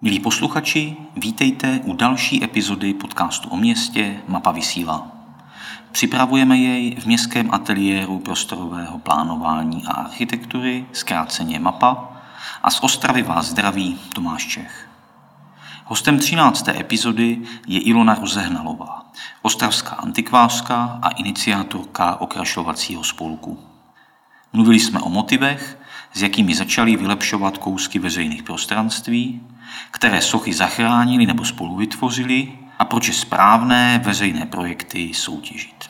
Milí posluchači, vítejte u další epizody podcastu o městě Mapa vysílá. Připravujeme jej v městském ateliéru prostorového plánování a architektury, zkráceně Mapa, a z Ostravy vás zdraví Tomáš Čech. Hostem 13. epizody je Ilona Rozehnalová, ostravská antikvářka a iniciátorka okrašlovacího spolku. Mluvili jsme o motivech, s jakými začali vylepšovat kousky veřejných prostranství, které sochy zachránili nebo spolu vytvořili a proč je správné veřejné projekty soutěžit.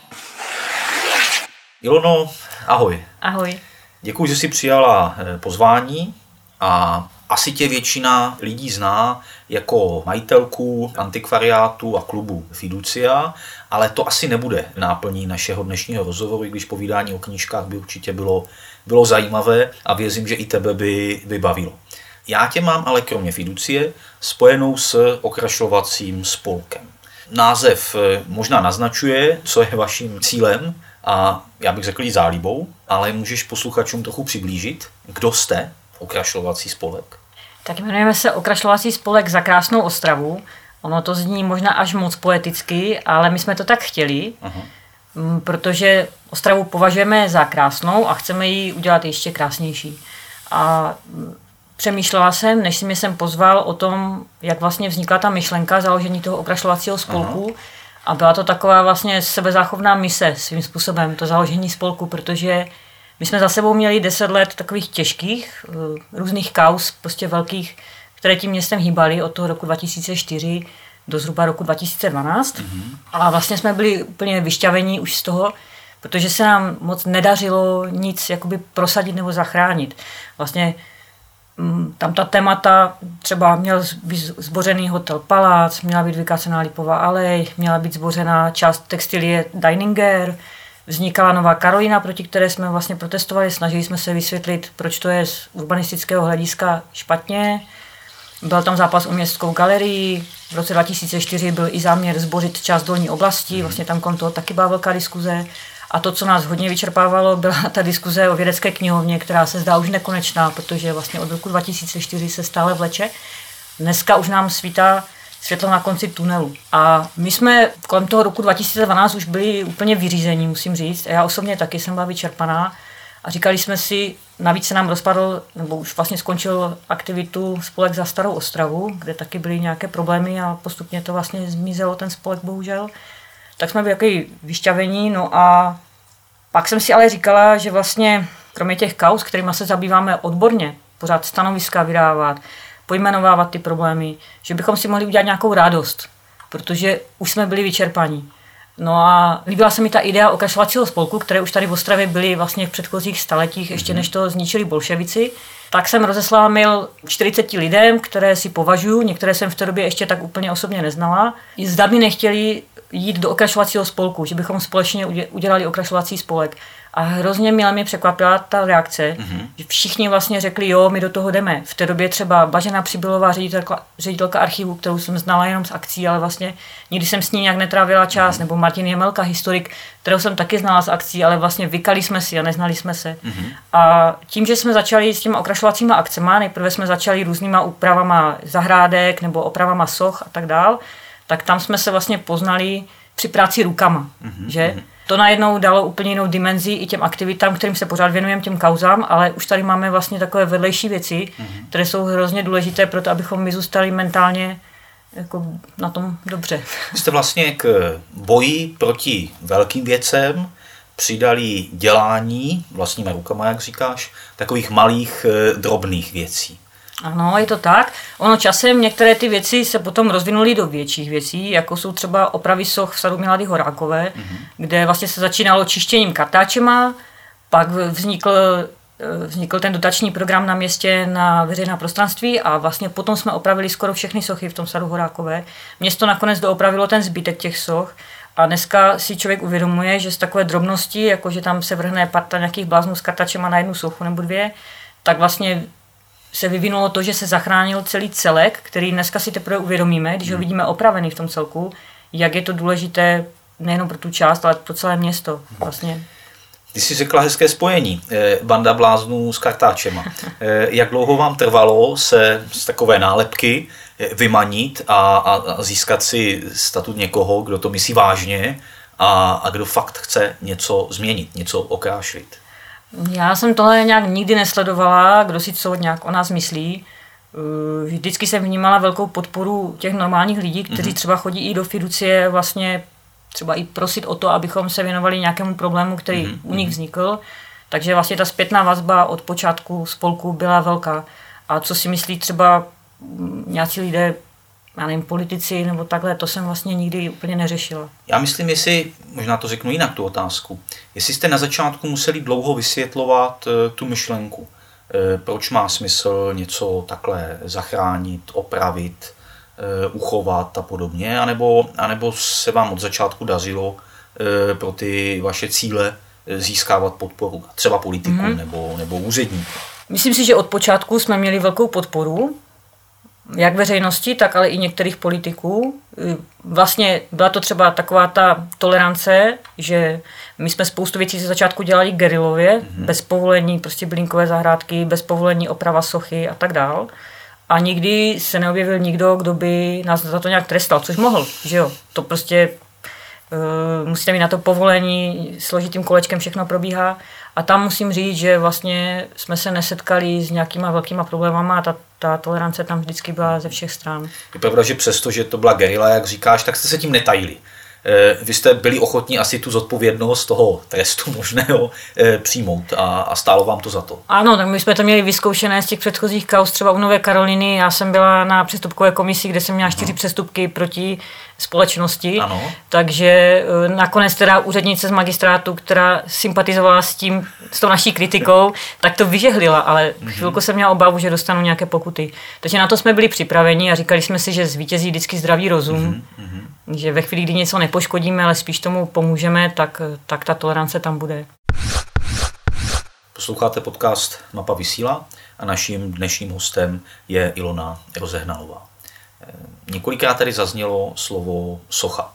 Ilono, ahoj. Ahoj. Děkuji, že jsi přijala pozvání a asi tě většina lidí zná jako majitelku antikvariátu a klubu Fiducia, ale to asi nebude náplní našeho dnešního rozhovoru, i když povídání o knížkách by určitě bylo zajímavé a věřím, že i tebe by bavilo. Já tě mám ale kromě Fiducie spojenou s okrašlovacím spolkem. Název možná naznačuje, co je vaším cílem a já bych řekl i zálibou, ale můžeš posluchačům trochu přiblížit, kdo jste okrašlovací spolek? Tak jmenujeme se Okrašlovací spolek Za krásnou Ostravu. Ono to zní možná až moc poeticky, ale my jsme to tak chtěli, protože Ostravu považujeme za krásnou a chceme ji udělat ještě krásnější. A přemýšlela jsem, než si mě sem pozval, o tom, jak vlastně vznikla ta myšlenka založení toho okrašlovacího spolku. A byla to taková vlastně sebezáchovná mise svým způsobem, to založení spolku, protože my jsme za sebou měli 10 let takových těžkých, různých kauz, prostě velkých, které tím městem hýbaly od toho roku 2004 do zhruba roku 2012. A vlastně jsme byli úplně vyšťavení už z toho, protože se nám moc nedařilo nic jakoby prosadit nebo zachránit. Vlastně tam ta témata, třeba měl být zbořený hotel Palác, měla být vykácená Lipová alej, měla být zbořená část textilie Deininger, vznikala Nová Karolina, proti které jsme vlastně protestovali, snažili jsme se vysvětlit, proč to je z urbanistického hlediska špatně. Byl tam zápas o městskou galerii, v roce 2004 byl i záměr zbořit část dolní oblasti, vlastně tam kolem toho taky byla velká diskuze. A to, co nás hodně vyčerpávalo, byla ta diskuze o vědecké knihovně, která se zdá už nekonečná, protože vlastně od roku 2004 se stále vleče. Dneska už nám svítá světlo na konci tunelu. A my jsme kolem toho roku 2012 už byli úplně vyřízení, musím říct. A já osobně taky jsem byla vyčerpaná. A říkali jsme si, navíc se nám rozpadl, nebo už vlastně skončil aktivitu spolek Za starou Ostravu, kde taky byly nějaké problémy a postupně to vlastně zmizelo, ten spolek bohužel. Tak jsme byli takový vyšťavení, no a pak jsem si ale říkala, že vlastně kromě těch kauz, kterými se zabýváme odborně, pořád stanoviska vydávat, pojmenovávat ty problémy, že bychom si mohli udělat nějakou radost, protože už jsme byli vyčerpaní. No a líbila se mi ta idea okrašlovacího spolku, které už tady v Ostravě byly vlastně v předchozích staletích, ještě než to zničili bolševici. Tak jsem rozeslala mail 40 lidem, které si považuji, některé jsem v té době ještě tak úplně osobně neznala. Zda by nechtěli jít do okrašlovacího spolku, že bychom společně udělali okrašlovací spolek. A hrozně mě překvapila ta reakce, že všichni vlastně řekli, jo, my do toho jdeme. V té době třeba Bažena Přibylová, ředitelka archivu, kterou jsem znala jenom z akcí, ale vlastně nikdy jsem s ní nějak netrávila čas, nebo Martin Jemelka, historik, kterou jsem taky znala z akcí, ale vlastně vykali jsme si a neznali jsme se. A tím, že jsme začali s těma okrašlovacíma akcema, nejprve jsme začali různýma úpravama zahrádek nebo opravama soch a tak dál, tak tam jsme se vlastně poznali při práci rukama, že? To najednou dalo úplně jinou dimenzi i těm aktivitám, kterým se pořád věnujeme, těm kauzám, ale už tady máme vlastně takové vedlejší věci, které jsou hrozně důležité pro to, abychom my zůstali mentálně jako na tom dobře. Jste vlastně k boji proti velkým věcem přidali dělání vlastníma rukama, jak říkáš, takových malých, drobných věcí. Ano, je to tak. Ono časem některé ty věci se potom rozvinuly do větších věcí, jako jsou třeba opravy soch v sadu Milady Horákové, kde vlastně se začínalo čištěním kartáčema, pak vznikl ten dotační program na městě na veřejná prostranství a vlastně potom jsme opravili skoro všechny sochy v tom sadu Horákové. Město nakonec doopravilo ten zbytek těch soch a dneska si člověk uvědomuje, že z takové drobnosti, jako že tam se vrhne parta nějakých bláznů s kartáčema na jednu sochu nebo dvě, tak vlastně se vyvinulo to, že se zachránil celý celek, který dneska si teprve uvědomíme, když ho vidíme opravený v tom celku, jak je to důležité nejenom pro tu část, ale pro celé město. Vlastně. Ty jsi řekla hezké spojení, banda bláznů s kartáčema. Jak dlouho vám trvalo se z takové nálepky vymanit a získat si statut někoho, kdo to myslí vážně a kdo fakt chce něco změnit, něco okrášlit. Já jsem tohle nějak nikdy nesledovala, kdo si co nějak o nás myslí. Vždycky jsem vnímala velkou podporu těch normálních lidí, kteří třeba chodí i do fiducie vlastně třeba i prosit o to, abychom se věnovali nějakému problému, který u nich vznikl. Takže vlastně ta zpětná vazba od počátku spolku byla velká. A co si myslí třeba nějací lidé, já nevím, politici nebo takhle, to jsem vlastně nikdy úplně neřešila. Já myslím, jestli, možná to řeknu jinak tu otázku, jestli jste na začátku museli dlouho vysvětlovat tu myšlenku, proč má smysl něco takhle zachránit, opravit, uchovat a podobně, anebo se vám od začátku dařilo pro ty vaše cíle získávat podporu, třeba politiků nebo úředníků? Myslím si, že od počátku jsme měli velkou podporu, jak veřejnosti, tak ale i některých politiků. Vlastně byla to třeba taková ta tolerance, že my jsme spoustu věcí ze začátku dělali gerilově, bez povolení, prostě bylinkové zahrádky, bez povolení oprava sochy a tak dál. A nikdy se neobjevil nikdo, kdo by nás za to nějak trestal, což mohl, že jo. To prostě musíte mít na to povolení, složitým kolečkem všechno probíhá. A tam musím říct, že vlastně jsme se nesetkali s nějakýma velkýma problémama a ta tolerance tam vždycky byla ze všech stran. Je pravda, že přesto, že to byla gerila, jak říkáš, tak jste se tím netajili. Vy jste byli ochotní asi tu zodpovědnost toho trestu možného přijmout a stálo vám to za to. Ano, tak my jsme to měli vyzkoušené z těch předchozích kauz, třeba u Nové Karoliny. Já jsem byla na přestupkové komisi, kde jsem měla 4 přestupky proti společnosti. Ano. Takže nakonec teda úřednice z magistrátu, která sympatizovala s tou naší kritikou, tak to vyžehlila, ale chvilku jsem měla obavu, že dostanu nějaké pokuty. Takže na to jsme byli připraveni a říkali jsme si, že zvítězí vždycky zdravý rozum. Že ve chvíli, kdy něco nepoškodíme, ale spíš tomu pomůžeme, tak ta tolerance tam bude. Posloucháte podcast Mapa vysílá a naším dnešním hostem je Ilona Rozehnalová. Několikrát tady zaznělo slovo socha.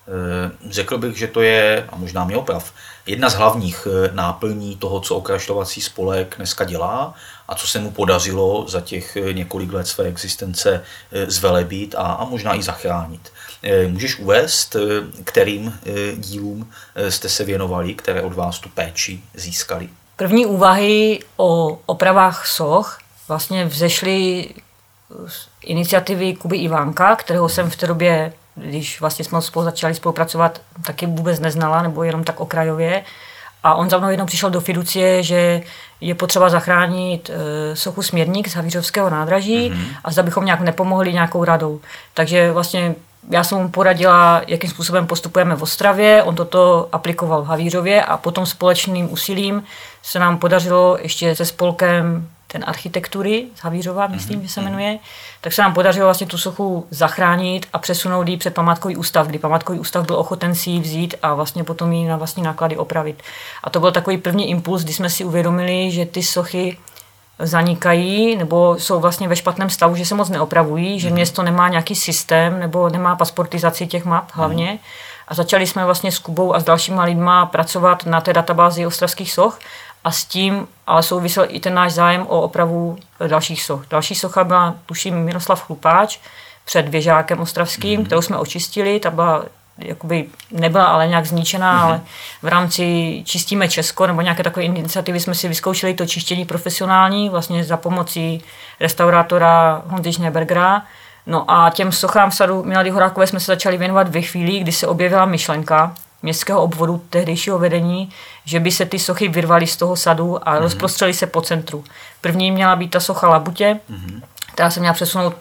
Řekl bych, že to je, a možná mi oprav, jedna z hlavních náplní toho, co okrašlovací spolek dneska dělá a co se mu podařilo za těch několik let své existence zvelebit a možná i zachránit. Můžeš uvést, kterým dílům jste se věnovali, které od vás tu péči získali? První úvahy o opravách soch vlastně vzešly z iniciativy Kuby Ivánka, kterého jsem v té době, když vlastně jsme spolu začali spolupracovat, taky vůbec neznala, nebo jenom tak okrajově. A on za mnou jednou přišel do fiducie, že je potřeba zachránit sochu Směrník z Havířovského nádraží a zda bychom nějak nepomohli nějakou radou. Takže vlastně já jsem mu poradila, jakým způsobem postupujeme v Ostravě, on toto aplikoval v Havířově a potom společným úsilím se nám podařilo ještě se spolkem ten architektury z Havířova, myslím, že se jmenuje, tak se nám podařilo vlastně tu sochu zachránit a přesunout ji před památkový ústav, kdy památkový ústav byl ochoten si ji vzít a vlastně potom ji na vlastní náklady opravit. A to byl takový první impuls, kdy jsme si uvědomili, že ty sochy zanikají nebo jsou vlastně ve špatném stavu, že se moc neopravují, že město nemá nějaký systém nebo nemá pasportizaci těch map hlavně. A začali jsme vlastně s Kubou a s dalšíma lidma pracovat na té databázi ostravských soch a s tím ale souvisel i ten náš zájem o opravu dalších soch. Další socha byla, tuším, Miroslav Chlupáč před Věžákem ostravským, kterou jsme očistili, ta byla jakoby nebyla ale nějak zničená, ale v rámci Čistíme Česko nebo nějaké takové iniciativy jsme si vyzkoušeli to čištění profesionální, vlastně za pomocí restaurátora Honzy Schneebergera. No a těm sochám v sadu Milady Horákové jsme se začali věnovat ve chvíli, kdy se objevila myšlenka městského obvodu tehdejšího vedení, že by se ty sochy vyrvaly z toho sadu a rozprostřely se po centru. První měla být ta socha Labutě, která se měla přesunout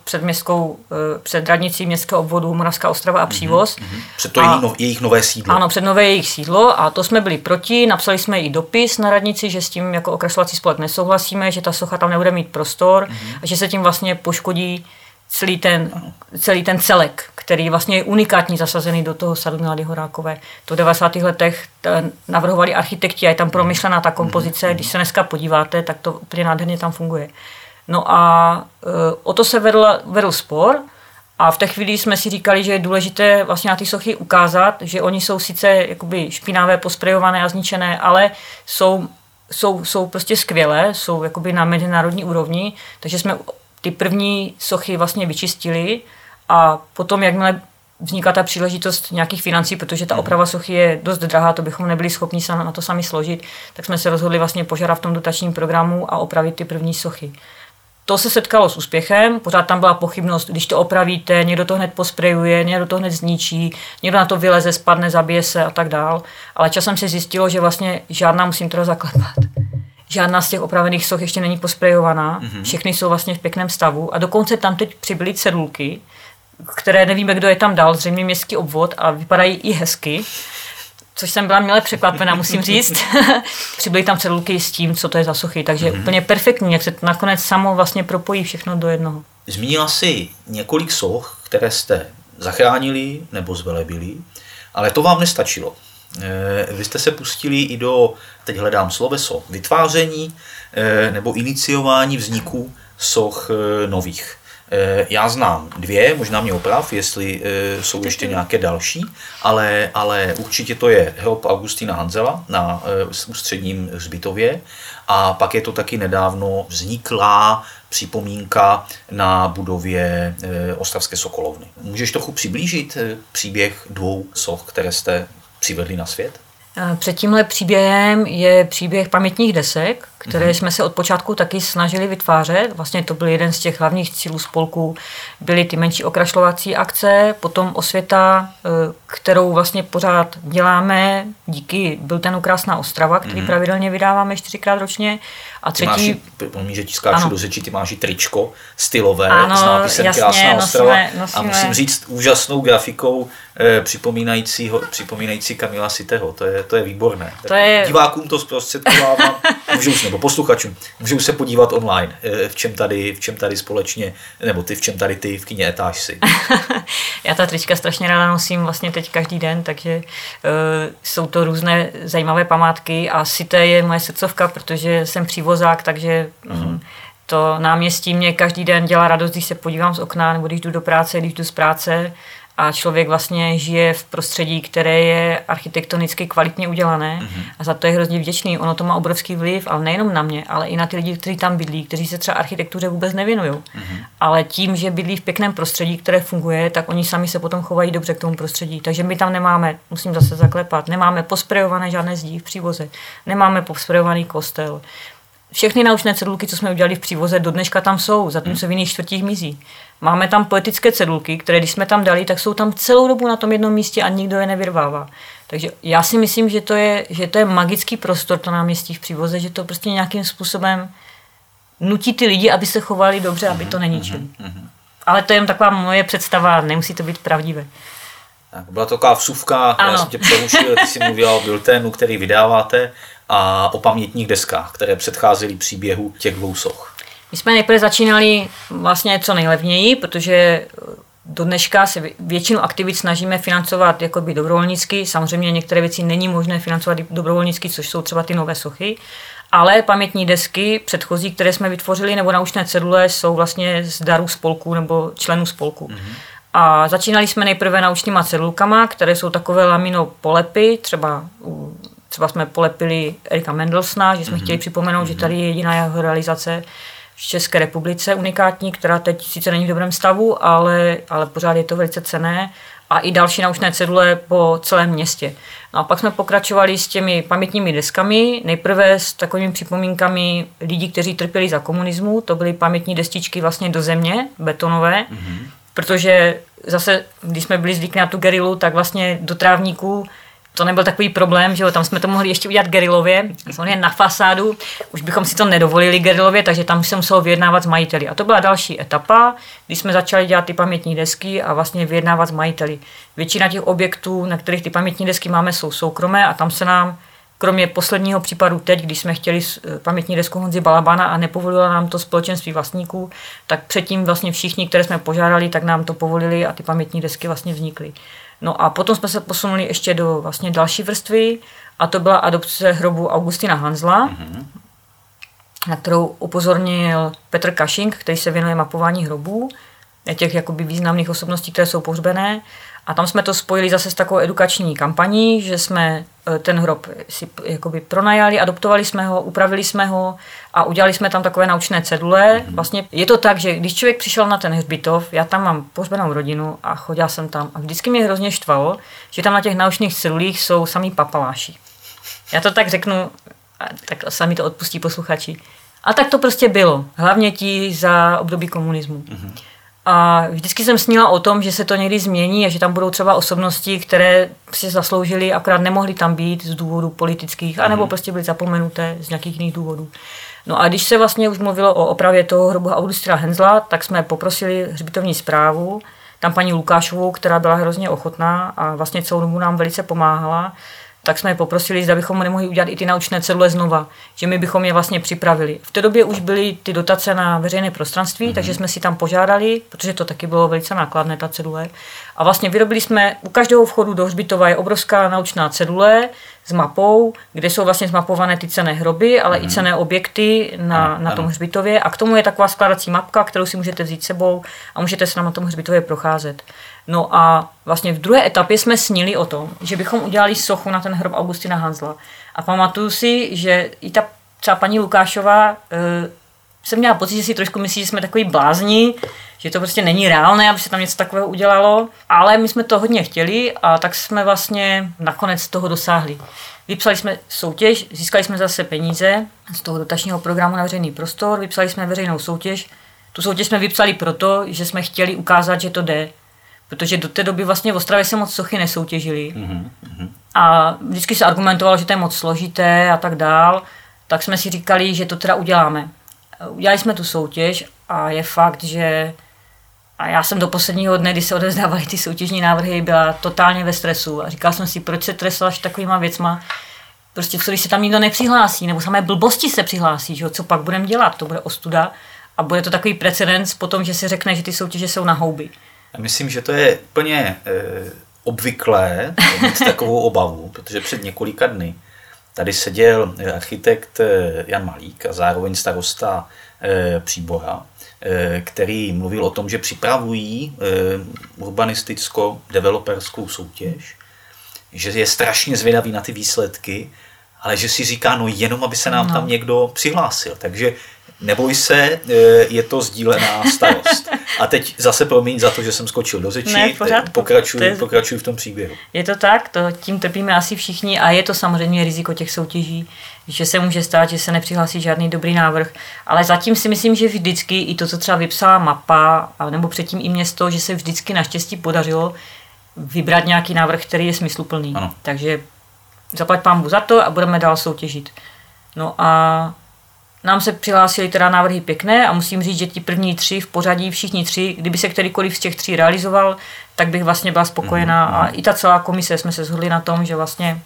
před radnicí městského obvodu Moravská Ostrava a Přívoz. Před to jejich nové sídlo. Ano, před nové jejich sídlo a to jsme byli proti. Napsali jsme i dopis na radnici, že s tím jako okrašlovací spolek nesouhlasíme, že ta socha tam nebude mít prostor a že se tím vlastně poškodí celý ten celek, který vlastně je unikátní zasazený do toho sadu Milady Horákové. To v 90. letech navrhovali architekti a je tam promyšlená ta kompozice. Když se dneska podíváte, tak to úplně nádherně tam funguje. No a o to se vedl spor a v té chvíli jsme si říkali, že je důležité vlastně na ty sochy ukázat, že oni jsou sice jakoby špinavé, posprejované a zničené, ale jsou prostě skvělé, jsou jakoby na mezinárodní úrovni, takže jsme ty první sochy vlastně vyčistili a potom, jakmile vznikla ta příležitost nějakých financí, protože ta oprava sochy je dost drahá, to bychom nebyli schopni se na to sami složit, tak jsme se rozhodli vlastně požádat v tom dotačním programu a opravit ty první sochy. To se setkalo s úspěchem, pořád tam byla pochybnost, když to opravíte, někdo to hned posprejuje, někdo to hned zničí, někdo na to vyleze, spadne, zabije se a tak dál. Ale časem se zjistilo, že vlastně žádná, musím teda zaklepat, žádná z těch opravených soch ještě není posprejovaná, všechny jsou vlastně v pěkném stavu a dokonce tam teď přibyly cedulky, které nevíme, kdo je tam dal, zřejmě městský obvod a vypadají i hezky, což jsem byla milé překvapená, musím říct. Přibyly tam cedulky s tím, co to je za sochy, takže úplně perfektní, jak se to nakonec samo vlastně propojí všechno do jednoho. Zmínila jsi několik soch, které jste zachránili nebo zvelebili, ale to vám nestačilo. Vy jste se pustili i do, teď hledám sloveso, vytváření nebo iniciování vzniku soch nových. Já znám 2, možná mě oprav, jestli jsou ještě nějaké další, ale určitě to je hrob Augustina Hanzela na Ústředním hřbitově a pak je to taky nedávno vzniklá připomínka na budově Ostravské sokolovny. Můžeš trochu přiblížit příběh 2 soch, které jste přivedli na svět? Před tímhle příběhem je příběh pamětních desek, které jsme se od počátku taky snažili vytvářet. Vlastně to byl jeden z těch hlavních cílů spolku. Byly ty menší okrašlovací akce, potom osvěta, kterou vlastně pořád děláme. Díky Bulletinu Krásná Ostrava, který pravidelně vydáváme 4krát ročně. A třetí... Že ti skáču do řeči, ty máš i tričko stylové s nápisem Krásná Ostrava. Nosíme. A musím říct úžasnou grafikou připomínající Kamila Sitého. To je výborné. Divákům to zprostředkovávám, nebo posluchačům, můžou se podívat online, v čem tady společně, nebo v čem tady ty v kině Etáž si. Já ta trička strašně ráda nosím vlastně teď každý den, takže jsou to různé zajímavé památky a Sité je moje srdcovka, protože jsem přívozák, takže to náměstí mě každý den dělá radost, když se podívám z okna, nebo když jdu do práce, když jdu z práce a člověk vlastně žije v prostředí, které je architektonicky kvalitně udělané a za to je hrozně vděčný. Ono to má obrovský vliv, ale nejenom na mě, ale i na ty lidi, kteří tam bydlí, kteří se třeba architektuře vůbec nevěnují. Ale tím, že bydlí v pěkném prostředí, které funguje, tak oni sami se potom chovají dobře k tomu prostředí. Takže my tam nemáme, musím zase zaklepat, nemáme posprejované žádné zdi v přívoze, nemáme posprejovaný kostel. Všechny naučné cedulky, co jsme udělali v přívoze, do dneška tam jsou, zatímco v jiných čtvrtích mizí. Máme tam poetické cedulky, které když jsme tam dali, tak jsou tam celou dobu na tom jednom místě a nikdo je nevyrvává. Takže já si myslím, že to je magický prostor, to náměstí v přívoze, že to prostě nějakým způsobem nutí ty lidi, aby se chovali dobře, aby to neničili. Ale to je jen taková moje představa, nemusí to být pravdivé. Tak, byla to taková vsuvka, já jsem tě přerušil, ty jsi mluvila o bulletinu, který vydáváte, a o pamětních deskách, které předcházely příběhu těch 2 soch. My jsme nejprve začínali vlastně co nejlevněji, protože do dneška se většinu aktivit snažíme financovat jakoby dobrovolnicky. Samozřejmě některé věci není možné financovat dobrovolnicky, což jsou třeba ty nové sochy, ale pamětní desky předchozí, které jsme vytvořili, nebo naučné cedule, jsou vlastně z darů spolku nebo členů spolku. A začínali jsme nejprve naučnýma cedulkama, které jsou takové lamino polepy, třeba jsme polepili Erika Mendelssohna, že jsme chtěli připomenout, že tady je jediná jeho realizace v České republice unikátní, která teď sice není v dobrém stavu, ale pořád je to velice cenné. A i další naučné cedule po celém městě. No a pak jsme pokračovali s těmi pamětními deskami, nejprve s takovými připomínkami lidí, kteří trpěli za komunismu. To byly pamětní destičky vlastně do země, betonové, protože zase, když jsme byli zvyklí na tu gerilu, tak vlastně do trávníků to nebyl takový problém, že jo, tam jsme to mohli ještě udělat gerilově, samozřejmě na fasádu, už bychom si to nedovolili gerilově, takže tam se muselo vyjednávat s majiteli. A to byla další etapa, když jsme začali dělat ty pamětní desky a vlastně vyjednávat s majiteli. Většina těch objektů, na kterých ty pamětní desky máme, jsou soukromé a tam se nám, kromě posledního případu teď, když jsme chtěli pamětní desku Honzy Balabana a nepovolilo nám to společenství vlastníků, tak předtím vlastně všichni, které jsme požádali, tak nám to povolili a ty pamětní desky vlastně vznikly. No a potom jsme se posunuli ještě do vlastně další vrstvy a to byla adopce hrobu Augustina Hanzela, na kterou upozornil Petr Kašink, který se věnuje mapování hrobů, těch jakoby významných osobností, které jsou pohřbené. A tam jsme to spojili zase s takovou edukační kampaní, že jsme ten hrob si jakoby pronajali, adoptovali jsme ho, upravili jsme ho a udělali jsme tam takové naučné cedule. Vlastně je to tak, že když člověk přišel na ten hřbitov, já tam mám pohřbenou rodinu a chodila jsem tam a vždycky mě hrozně štvalo, že tam na těch naučných cedulích jsou samý papaláši. Já to tak řeknu, tak sami to odpustí posluchači. A tak to prostě bylo. Hlavně ti za období komunismu. A vždycky jsem snila o tom, že se to někdy změní a že tam budou třeba osobnosti, které si zasloužily, akorát nemohly tam být z důvodů politických, anebo prostě byly zapomenuté z nějakých jiných důvodů. No a když se vlastně už mluvilo o opravě toho hrobu Augustina Henzla, tak jsme poprosili hřbitovní správu, tam paní Lukášovou, která byla hrozně ochotná a vlastně celou dobu nám velice pomáhala, tak jsme je poprosili, zda bychom nemohli udělat i ty naučné cedule znova, že my bychom je vlastně připravili. V té době už byly ty dotace na veřejné prostranství, takže jsme si tam požádali, protože to taky bylo velice nákladné, ta cedule. A vlastně vyrobili jsme, u každého vchodu do hřbitova je obrovská naučná cedule s mapou, kde jsou vlastně zmapované ty cenné hroby, ale i cenné objekty na tom hřbitově. A k tomu je taková skládací mapka, kterou si můžete vzít sebou a můžete se na tom hřbitově procházet. No a vlastně v druhé etapě jsme snili o tom, že bychom udělali sochu na ten hrob Augustina Hanzla. A pamatuju si, že i ta třeba paní Lukášová jsem měla pocit, že si trošku myslí, že jsme takový blázni, že to prostě není reálné, aby se tam něco takového udělalo, ale my jsme to hodně chtěli a tak jsme vlastně nakonec toho dosáhli. Vypsali jsme soutěž, získali jsme zase peníze z toho dotačního programu na veřejný prostor, vypsali jsme veřejnou soutěž. Tu soutěž jsme vypsali proto, že jsme chtěli ukázat, že to jde. Protože do té doby vlastně v Ostravě se moc sochy nesoutěžily. A vždycky se argumentovalo, že to je moc složité a tak dál. Tak jsme si říkali, že to teda uděláme. Udělali jsme tu soutěž a je fakt, že a já jsem do posledního dne, kdy se odevzdávaly ty soutěžní návrhy, byla totálně ve stresu. A říkala jsem si, proč se tresláš takovýma věcma. Prostě co, když se tam nikdo nepřihlásí, nebo samé blbosti se přihlásí, že jo? Co pak budeme dělat, to bude ostuda. A bude to takový precedens potom, že se řekne, že ty soutěže jsou na houby. Myslím, že to je úplně obvyklé mít takovou obavu, protože před několika dny tady seděl architekt Jan Malík a zároveň starosta Příbora, který mluvil o tom, že připravují urbanisticko-developerskou soutěž, že je strašně zvědavý na ty výsledky, ale že si říká, no jenom, aby se nám tam někdo přihlásil. Takže neboj se, je to sdílená starost. A teď zase promiň za to, že jsem skočil do řeči, pokračuji v tom příběhu. Je to tak, tím trpíme asi všichni a je to samozřejmě riziko těch soutěží, že se může stát, že se nepřihlásí žádný dobrý návrh, ale zatím si myslím, že vždycky i to, co třeba vypsala mapa, nebo předtím i město, že se vždycky naštěstí podařilo vybrat nějaký návrh, který je smysluplný. Ano. Takže zaplať pánbůh za to a budeme dál soutěžit. No a nám se přihlásili teda návrhy pěkné a musím říct, že ti první 3 v pořadí, všichni 3, kdyby se kterýkoliv z těch 3 realizoval, tak bych vlastně byla spokojená a i ta celá komise jsme se shodli na tom, že vlastně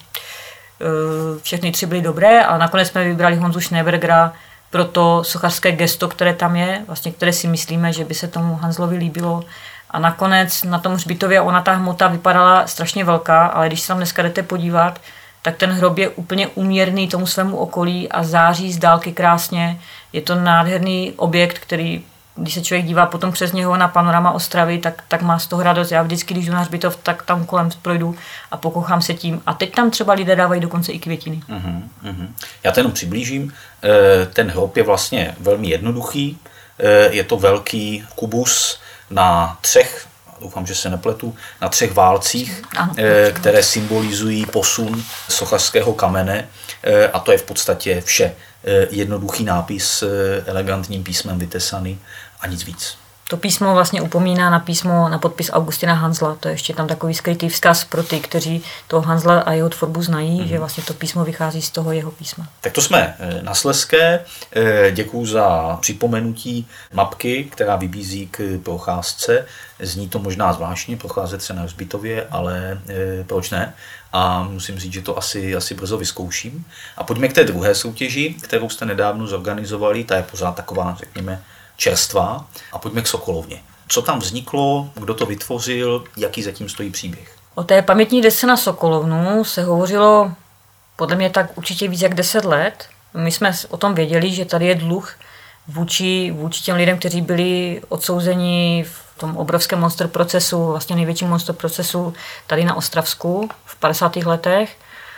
všechny 3 byly dobré a nakonec jsme vybrali Honzu Schneebergera pro to sochařské gesto, které tam je, vlastně které si myslíme, že by se tomu Hanzlovi líbilo. A nakonec na tom hřbitově ona ta hmota vypadala strašně velká, ale když se tam dneska jdete podívat, tak ten hrob je úplně úměrný tomu svému okolí a září z dálky krásně. Je to nádherný objekt, který, když se člověk dívá potom přes něho na panorama Ostravy, tak má z toho radost. Já vždycky, když jdu na hřbitov, tak tam kolem projdu a pokochám se tím. A teď tam třeba lidé dávají dokonce i květiny. Já to jenom přiblížím. Ten hrob je vlastně velmi jednoduchý. Je to velký kubus na 3, doufám, že se nepletu, na 3 válcích, které symbolizují posun sochařského kamene a to je v podstatě vše. Jednoduchý nápis, elegantním písmem vytesaný a nic víc. To písmo vlastně upomíná na písmo, na podpis Augustina Hanzla. To je ještě tam takový skrytý vzkaz pro ty, kteří toho Hanzla a jeho tvorbu znají, že vlastně to písmo vychází z toho jeho písma. Tak to jsme na Slezské. Děkuju za připomenutí mapky, která vybízí k procházce. Zní to možná zvláštně, procházet se na hřbitově, ale proč ne? A musím říct, že to asi brzo vyzkouším. A pojďme k té druhé soutěži, kterou jste nedávno zorganizovali. Ta je pořád taková, řekněme, čerstvá. A pojďme k Sokolovně. Co tam vzniklo, kdo to vytvořil, jaký zatím stojí příběh? O té pamětní desce na Sokolovnu se hovořilo podle mě tak určitě víc jak 10 let. My jsme o tom věděli, že tady je dluh vůči těm lidem, kteří byli odsouzeni v tom obrovském monster procesu, vlastně největším monster procesu tady na Ostravsku v 50. letech,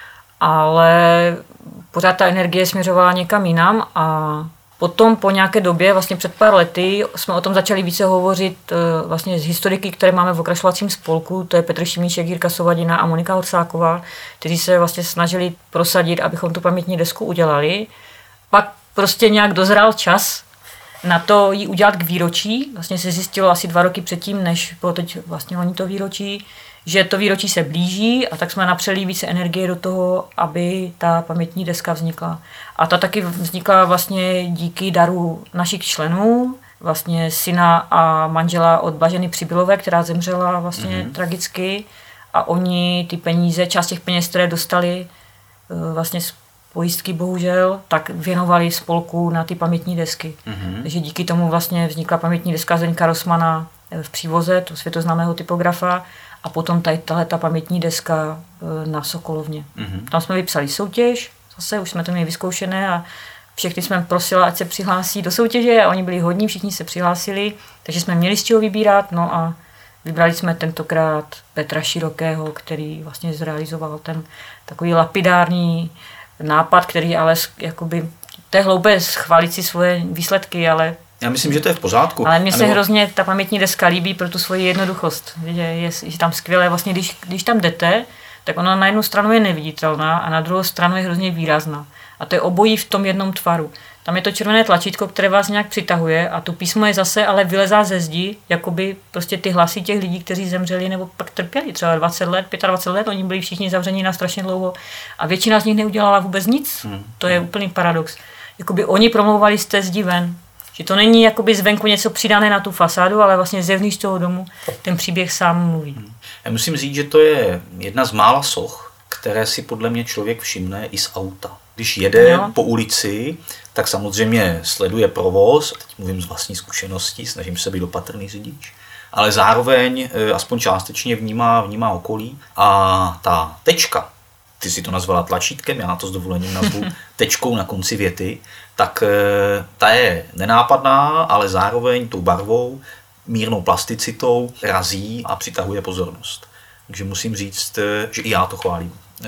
ale pořád ta energie směřovala někam jinam a potom po nějaké době, vlastně před pár lety, jsme o tom začali více hovořit vlastně z historiky, které máme v okrašlovacím spolku, to je Petr Šimíček, Jirka Sovadina a Monika Horsáková, kteří se vlastně snažili prosadit, abychom tu pamětní desku udělali. Pak prostě nějak dozrál čas na to ji udělat k výročí. Vlastně se zjistilo asi 2 roky předtím, než bylo teď vlastně loni to výročí, že to výročí se blíží a tak jsme napřeli více energie do toho, aby ta pamětní deska vznikla. A ta taky vznikla vlastně díky daru našich členů, vlastně syna a manžela od Blaženy Přibylové, která zemřela vlastně tragicky a oni ty peníze, část těch peněz, které dostali vlastně z pojistky bohužel, tak věnovali spolku na ty pamětní desky. Takže díky tomu vlastně vznikla pamětní deska Zdeňka Rossmana v Přívoze, to světoznámého typografa, a potom tady ta pamětní deska na Sokolovně. Tam jsme vypsali soutěž, zase už jsme to měli vyzkoušené a všechny jsme prosila, ať se přihlásí do soutěže a oni byli hodní, všichni se přihlásili, takže jsme měli z čeho vybírat, no a vybrali jsme tentokrát Petra Širokého, který vlastně zrealizoval ten takový lapidární nápad, který ale jakoby, to je hloupé schválit si svoje výsledky, ale já myslím, že to je v pořádku. Ale mně se hrozně ta pamětní deska líbí pro tu svoji jednoduchost. Je tam skvělé, vlastně když tam jdete, tak ona na jednu stranu je neviditelná a na druhou stranu je hrozně výrazná. A to je obojí v tom jednom tvaru. Tam je to červené tlačítko, které vás nějak přitahuje a to písmo je zase ale vylezá ze zdi, jakoby prostě ty hlasy těch lidí, kteří zemřeli nebo pak trpěli třeba 20 let, 25 let, oni byli všichni zavření na strašně dlouho a většina z nich neudělala vůbec nic. To je úplný paradox. Jakoby oni promlouvali z té zdi ven. Že to není jakoby zvenku něco přidané na tu fasádu, ale vlastně zevnitř toho domu ten příběh sám mluví. Já musím říct, že to je jedna z mála soch, které si podle mě člověk všimne i z auta. Když jede po ulici, tak samozřejmě sleduje provoz, teď mluvím z vlastní zkušenosti, snažím se být opatrný řidič, ale zároveň aspoň částečně vnímá okolí a ta tečka, ty si to nazvala tlačítkem, já to s dovolením nazvu tečkou na konci věty, tak ta je nenápadná, ale zároveň tou barvou, mírnou plasticitou razí a přitahuje pozornost. Takže musím říct, že i já to chválím.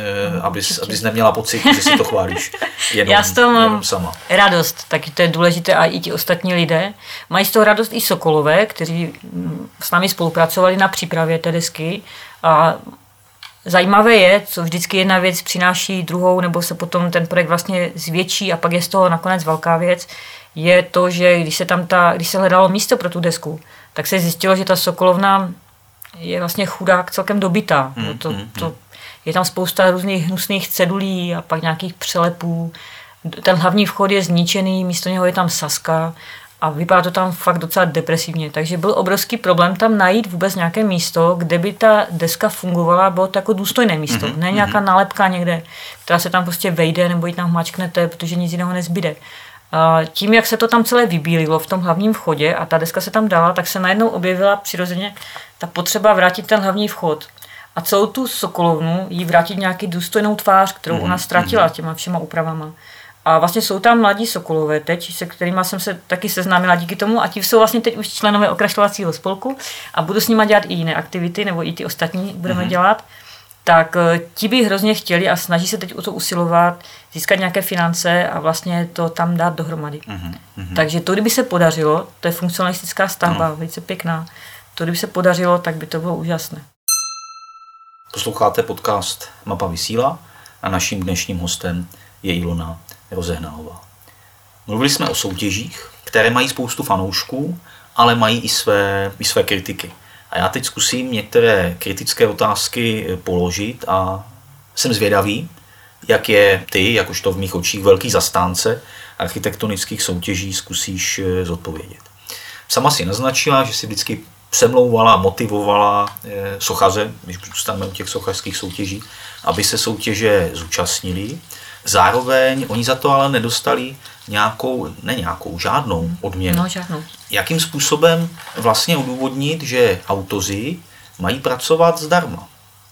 Abys neměla pocit, že si to chválíš jenom sama. Radost, taky to je důležité a i ti ostatní lidé. Mají z toho radost i Sokolové, kteří s námi spolupracovali na přípravě té desky a zajímavé je, co vždycky jedna věc přináší druhou, nebo se potom ten projekt vlastně zvětší a pak je z toho nakonec velká věc, je to, že když se hledalo místo pro tu desku, tak se zjistilo, že ta Sokolovna je vlastně chudák celkem dobytá. Je tam spousta různých hnusných cedulí a pak nějakých přelepů. Ten hlavní vchod je zničený, místo něho je tam saska a vypadá to tam fakt docela depresivně. Takže byl obrovský problém tam najít vůbec nějaké místo, kde by ta deska fungovala, bylo to jako důstojné místo, ne nějaká nálepka někde, která se tam prostě vejde nebo ji tam hmačknete, protože nic jiného nezbyde. A tím, jak se to tam celé vybílilo v tom hlavním vchodě a ta deska se tam dala, tak se najednou objevila přirozeně ta potřeba vrátit ten hlavní vchod. A celou tu Sokolovnu jí vrátit nějaký důstojnou tvář, kterou ona ztratila těma všema úpravama. A vlastně jsou tam mladí Sokolové teď, se kterými jsem se taky seznámila díky tomu a ti jsou vlastně teď už členové okrašlovacího spolku a budu s nimi dělat i jiné aktivity, nebo i ty ostatní budeme dělat. Tak ti by hrozně chtěli a snaží se teď o to usilovat, získat nějaké finance a vlastně to tam dát dohromady. Takže to, kdyby se podařilo, to je funkcionalistická stavba, velice pěkná, to, kdyby se podařilo, tak by to bylo úžasné. Posloucháte podcast Mapa vysílá a naším dnešním hostem je Ilona Rozehnalová. Mluvili jsme o soutěžích, které mají spoustu fanoušků, ale mají i své kritiky. A já teď zkusím některé kritické otázky položit a jsem zvědavý, jak je ty, jakožto v mých očích velký zastánce architektonických soutěží, zkusíš zodpovědět. Sama si naznačila, že si vždycky přemlouvala, motivovala sochaře, když zůstaneme u těch sochařských soutěží, aby se soutěže zúčastnili. Zároveň oni za to ale nedostali žádnou odměnu. No, žádnou. Jakým způsobem vlastně odůvodnit, že autoři mají pracovat zdarma?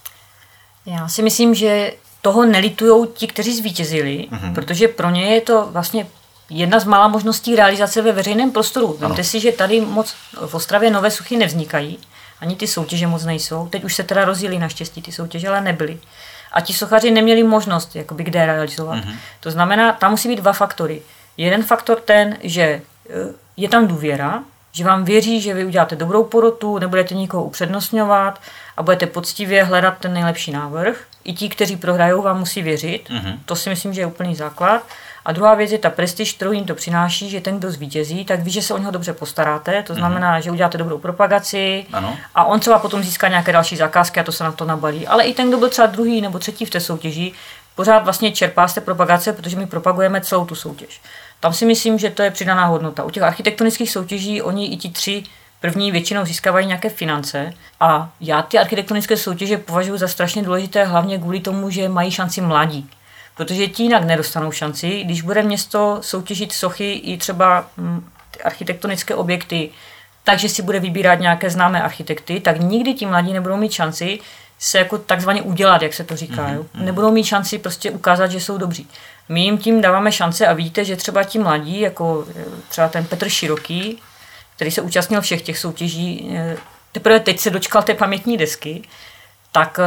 Já si myslím, že toho nelitujou ti, kteří zvítězili, protože pro ně je to vlastně jedna z mála možností realizace ve veřejném prostoru. Vemte si, že tady moc v Ostravě nové suchy nevznikají, ani ty soutěže moc nejsou. Teď už se teda rozjeli naštěstí ty soutěže, ale nebyly. A ti sochaři neměli možnost jakoby kde realizovat. To znamená, tam musí být dva faktory. Jeden faktor ten, že je tam důvěra, že vám věří, že vy uděláte dobrou porotu, nebudete nikoho upřednostňovat a budete poctivě hledat ten nejlepší návrh. I ti, kteří prohrajou, vám musí věřit. To si myslím, že je úplný základ. A druhá věc je ta prestiž, kterou jim to přináší, že ten, kdo zvítězí, tak ví, že se o něho dobře postaráte. To znamená, že uděláte dobrou propagaci a on třeba potom získá nějaké další zakázky a to se na to nabalí. Ale i ten, kdo byl třeba druhý nebo třetí v té soutěži, pořád vlastně čerpá z té propagace, protože my propagujeme celou tu soutěž. Tam si myslím, že to je přidaná hodnota. U těch architektonických soutěží oni i ti 3 první většinou získávají nějaké finance a já ty architektonické soutěže považuji za strašně důležité hlavně kvůli tomu, že mají šanci mladí. Protože ti jinak nedostanou šanci, když bude město soutěžit sochy i třeba architektonické objekty, takže si bude vybírat nějaké známé architekty, tak nikdy ti mladí nebudou mít šanci se jako takzvaně udělat, jak se to říká. Nebudou mít šanci prostě ukázat, že jsou dobří. My jim tím dáváme šance a vidíte, že třeba ti mladí, jako třeba ten Petr Široký, který se účastnil všech těch soutěží, teprve teď se dočkal té pamětní desky, tak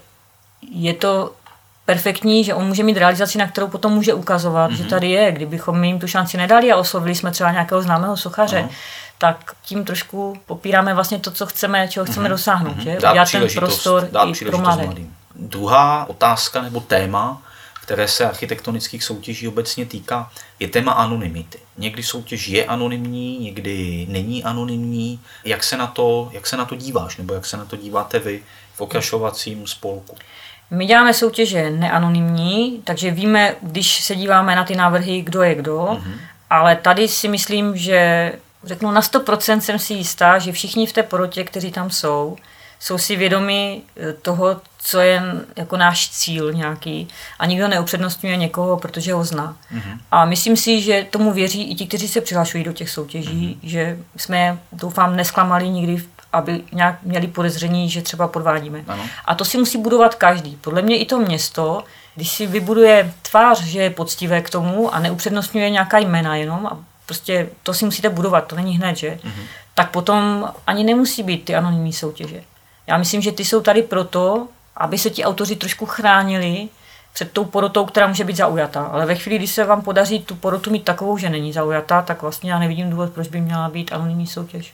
je to perfektní, že on může mít realizaci, na kterou potom může ukazovat, že tady je. Kdybychom jim tu šanci nedali a oslovili jsme třeba nějakého známého sochaře, tak tím trošku popíráme vlastně to, co chceme, čeho chceme dosáhnout. Že? Udělat ten prostor i pro mladé. Druhá otázka nebo téma, které se architektonických soutěží obecně týká, je téma anonymity. Někdy soutěž je anonymní, někdy není anonymní. Jak se na to díváš, nebo jak se na to díváte vy v okrašlovacím spolku? My děláme soutěže neanonymní, takže víme, když se díváme na ty návrhy, kdo je kdo, ale tady si myslím, že řeknu na 100% jsem si jistá, že všichni v té porotě, kteří tam jsou si vědomi toho, co je jako náš cíl nějaký a nikdo neupřednostňuje někoho, protože ho zná. A myslím si, že tomu věří i ti, kteří se přihlašují do těch soutěží, že jsme, doufám, nesklamali nikdy, aby nějak měli podezření, že třeba podvádíme. A to si musí budovat každý. Podle mě i to město, když si vybuduje tvář, že je poctivé k tomu a neupřednostňuje nějaká jména jenom, a prostě to si musíte budovat, to není hned, že? Tak potom ani nemusí být ty anonymní soutěže. Já myslím, že ty jsou tady proto, aby se ti autoři trošku chránili před tou porotou, která může být zaujatá. Ale ve chvíli, kdy se vám podaří tu porotu mít takovou, že není zaujatá, tak vlastně já nevidím důvod, proč by měla být anonymní soutěž.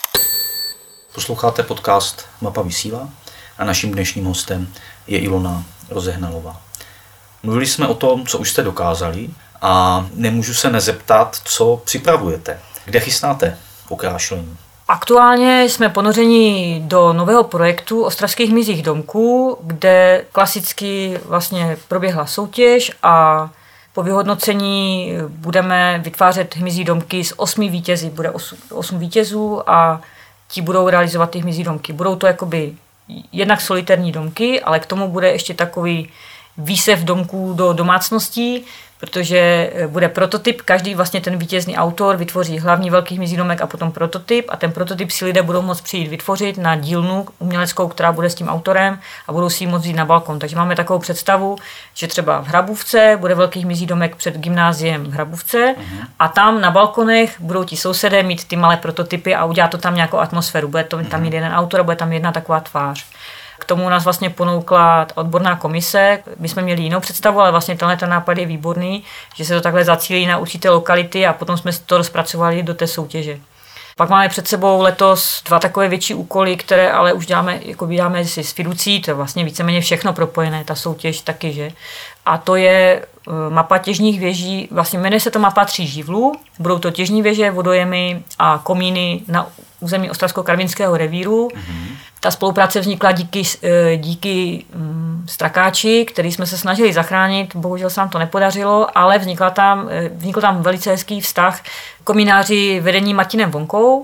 Posloucháte podcast Mapa vysílá a naším dnešním hostem je Ilona Rozehnalová. Mluvili jsme o tom, co už jste dokázali a nemůžu se nezeptat, co připravujete. Kde chystáte okrášlení? Aktuálně jsme ponořeni do nového projektu Ostravských hmyzích domků, kde klasicky vlastně proběhla soutěž a po vyhodnocení budeme vytvářet hmyzí domky s 8 vítězi. Bude 8 vítězů a ti budou realizovat ty hmyzí domky. Budou to jakoby jednak solitérní domky, ale k tomu bude ještě takový výsev domků do domácností, protože bude prototyp, každý vlastně ten vítězný autor vytvoří hlavní velký hmyzí domek a potom prototyp a ten prototyp si lidé budou moct přijít vytvořit na dílnu uměleckou, která bude s tím autorem a budou si ji moct jít na balkon. Takže máme takovou představu, že třeba v Hrabůvce bude velký hmyzí domek před gymnáziem v Hrabůvce a tam na balkonech budou ti sousedé mít ty malé prototypy a udělat to tam nějakou atmosféru. Bude to tam mít jeden autor a bude tam jedna taková tvář. K tomu nás vlastně ponoukla odborná komise. My jsme měli jinou představu, ale vlastně tenhle ten nápad je výborný, že se to takhle zacílí na určité lokality a potom jsme to rozpracovali do té soutěže. Pak máme před sebou letos 2 takové větší úkoly, které ale už děláme si s fiducí, to je vlastně víceméně všechno propojené, ta soutěž taky, že? A to je mapa těžních věží, vlastně jmenuje se to mapa 3 živlů, budou to těžní věže, vodojemy a komíny na území Ostravsko-Karvinského revíru. Ta spolupráce vznikla díky Strakáči, který jsme se snažili zachránit, bohužel se nám to nepodařilo, ale vznikl tam velice hezký vztah komínáři vedení Martinem Vonkou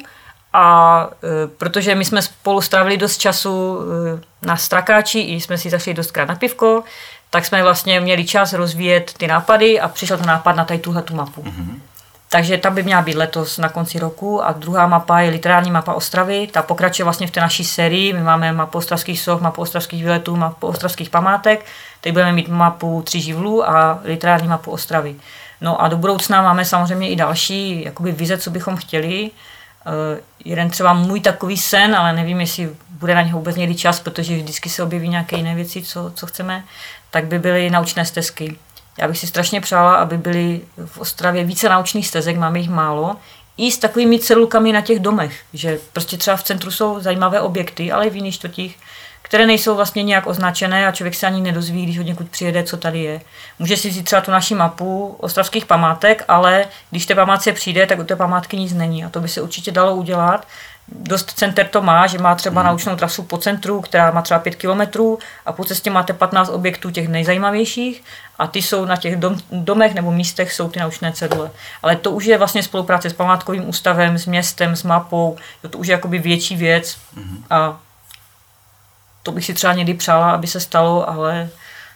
a protože my jsme spolu strávili dost času na Strakáči i jsme si zašli dostkrát na pivko, tak jsme vlastně měli čas rozvíjet ty nápady a přišel ten nápad na tady tuhletu mapu. Takže ta by měla být letos na konci roku a druhá mapa je literární mapa Ostravy. Ta pokračuje vlastně v té naší sérii. My máme mapu ostravských soch, mapu ostravských výletů, mapu ostravských památek. Teď budeme mít mapu 3 živlů a literární mapu Ostravy. No a do budoucna máme samozřejmě i další jakoby vize, co bychom chtěli. Jeden třeba můj takový sen, ale nevím, jestli bude na něho vůbec někdy čas, protože vždycky se objeví nějaké jiné věci, co chceme, tak by byly naučné stezky. Já bych si strašně přála, aby byly v Ostravě více naučných stezek, máme jich málo, i s takovými cedulkami na těch domech, že prostě třeba v centru jsou zajímavé objekty, ale i v jiných čtvrtích, které nejsou vlastně nějak označené a člověk se ani nedozví, když od někud přijede, co tady je. Může si vzít třeba tu naši mapu ostravských památek, ale když té památce přijde, tak u té památky nic není a to by se určitě dalo udělat. Dost center to má, že má třeba naučnou trasu po centru, která má třeba 5 kilometrů a po cestě máte 15 objektů těch nejzajímavějších a ty jsou na těch domech nebo místech jsou ty naučné cedule. Ale to už je vlastně spolupráce s památkovým ústavem, s městem, s mapou, to už je jakoby větší věc a to bych si třeba někdy přála, aby se stalo, ale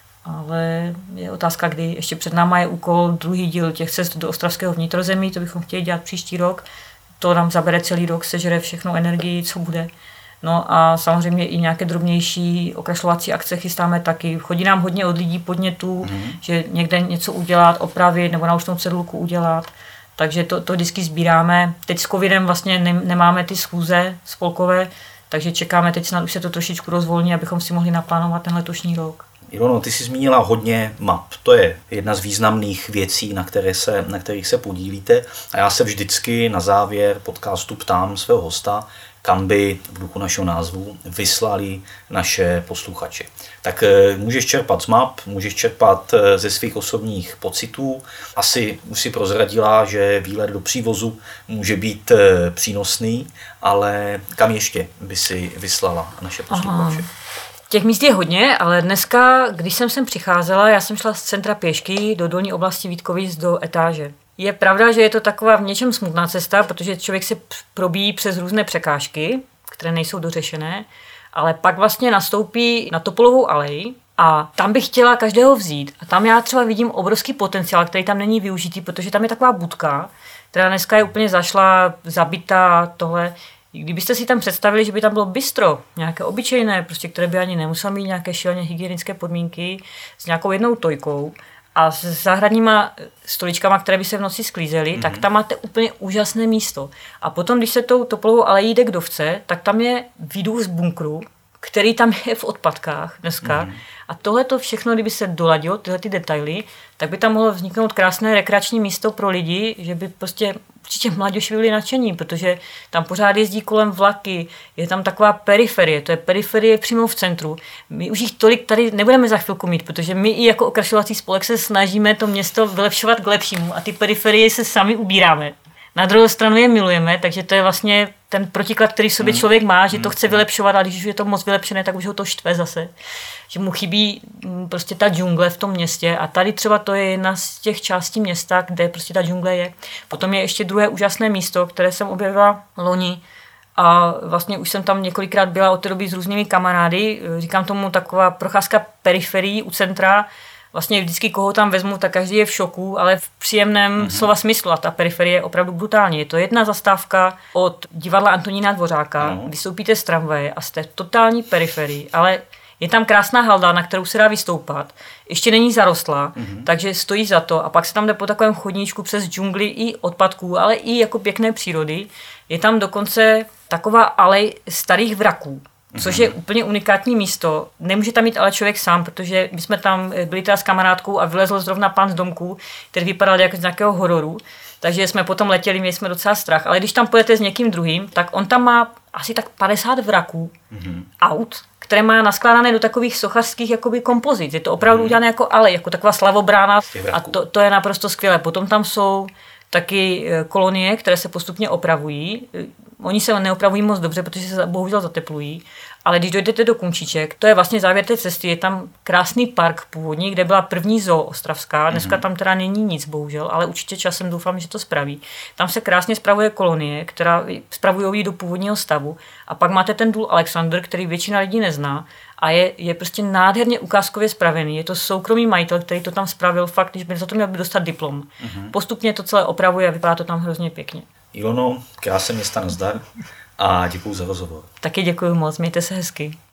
je otázka, kdy. Ještě před náma je úkol druhý díl těch cest do ostravského vnitrozemí, to bychom chtěli dělat příští rok. To nám zabere celý rok, sežere všechno energii, co bude. No a samozřejmě i nějaké drobnější okrašlovací akce chystáme taky. Chodí nám hodně od lidí podnětů, že někde něco udělat, opravit nebo naučnou cedulku udělat. Takže to vždycky sbíráme. Teď s covidem vlastně nemáme ty schůze spolkové, takže čekáme, teď snad už se to trošičku rozvolní, abychom si mohli naplánovat ten letošní rok. Ilono, ty jsi zmínila hodně map. To je jedna z významných věcí, na kterých se podílíte. A já se vždycky na závěr podcastu ptám svého hosta, kam by v duchu našeho názvu vyslali naše posluchače. Tak můžeš čerpat z map, můžeš čerpat ze svých osobních pocitů. Asi už si prozradila, že výlet do přívozu může být přínosný, ale kam ještě by si vyslala naše posluchače? Těch míst je hodně, ale dneska, když jsem sem přicházela, já jsem šla z centra pěšky do dolní oblasti Vítkovic do Etáže. Je pravda, že je to taková v něčem smutná cesta, protože člověk se probíjí přes různé překážky, které nejsou dořešené, ale pak vlastně nastoupí na Topolovou aleji a tam bych chtěla každého vzít. A tam já třeba vidím obrovský potenciál, který tam není využitý, protože tam je taková budka, která dneska je úplně zašla, zabitá, tohle. Kdybyste si tam představili, že by tam bylo bistro, nějaké obyčejné, prostě, které by ani nemuselo mít nějaké šíleně hygienické podmínky, s nějakou jednou tojkou a s zahradníma stoličkama, které by se v noci sklízely, tak tam máte úplně úžasné místo. A potom, když se tou Topolovou alejí jde k Dovce, tak tam je výduch z bunkru, který tam je v odpadkách dneska. A tohle to všechno, kdyby se doladilo, tyhle ty detaily, tak by tam mohlo vzniknout krásné rekreační místo pro lidi, že by prostě určitě mladěši byli nadšení, protože tam pořád jezdí kolem vlaky, je tam taková periferie, to je periferie přímo v centru. My už jich tolik tady nebudeme za chvilku mít, protože my i jako okrašlovací spolek se snažíme to město vylepšovat k lepšímu a ty periferie se sami ubíráme. Na druhou stranu je milujeme, takže to je vlastně ten protiklad, který v sobě člověk má, že to chce vylepšovat, a když už je to moc vylepšené, tak už ho to štve zase. Že mu chybí prostě ta džungle v tom městě a tady třeba to je jedna z těch částí města, kde prostě ta džungle je. Potom je ještě druhé úžasné místo, které jsem objevila loni a vlastně už jsem tam několikrát byla od té doby s různými kamarády. Říkám tomu taková procházka periferií u centra. Vlastně vždycky, koho tam vezmu, tak každý je v šoku, ale v příjemném slova smyslu. A ta periferie je opravdu brutální. Je to jedna zastávka od divadla Antonína Dvořáka, vystoupíte z tramvaje a jste v totální periferii, ale je tam krásná halda, na kterou se dá vystoupat. Ještě není zarostlá, takže stojí za to. A pak se tam jde po takovém chodníčku přes džungli i odpadků, ale i jako pěkné přírody. Je tam dokonce taková alej starých vraků, což je úplně unikátní místo. Nemůže tam jít ale člověk sám, protože my jsme tam byli teda s kamarádkou a vylezl zrovna pán z domku, který vypadal jako z nějakého hororu, takže jsme potom letěli, měli jsme docela strach. Ale když tam pojete s někým druhým, tak on tam má asi tak 50 vraků aut, které má naskládané do takových sochařských jakoby kompozit. Je to opravdu udělané jako alej, jako taková slavobrána a to je naprosto skvělé. Potom tam jsou taky kolonie, které se postupně opravují. Oni se neopravují moc dobře, protože se bohužel zateplují, ale když dojdete do Kunčiček, to je vlastně závěr té cesty, je tam krásný park původní, kde byla první zoo ostravská, dneska tam teda není nic bohužel, ale určitě časem doufám, že to spraví. Tam se krásně spravuje kolonie, která spravují ji do původního stavu a pak máte ten důl Alexander, který většina lidí nezná a je prostě nádherně ukázkově spravený. Je to soukromý majitel, který to tam spravil fakt, když by za to měl dostat diplom. Postupně to celé opravuje a vypadá to tam hrozně pěkně. Ilono, krásné města, nazdar a děkuju za rozhovor. Taky děkuju moc, mějte se hezky.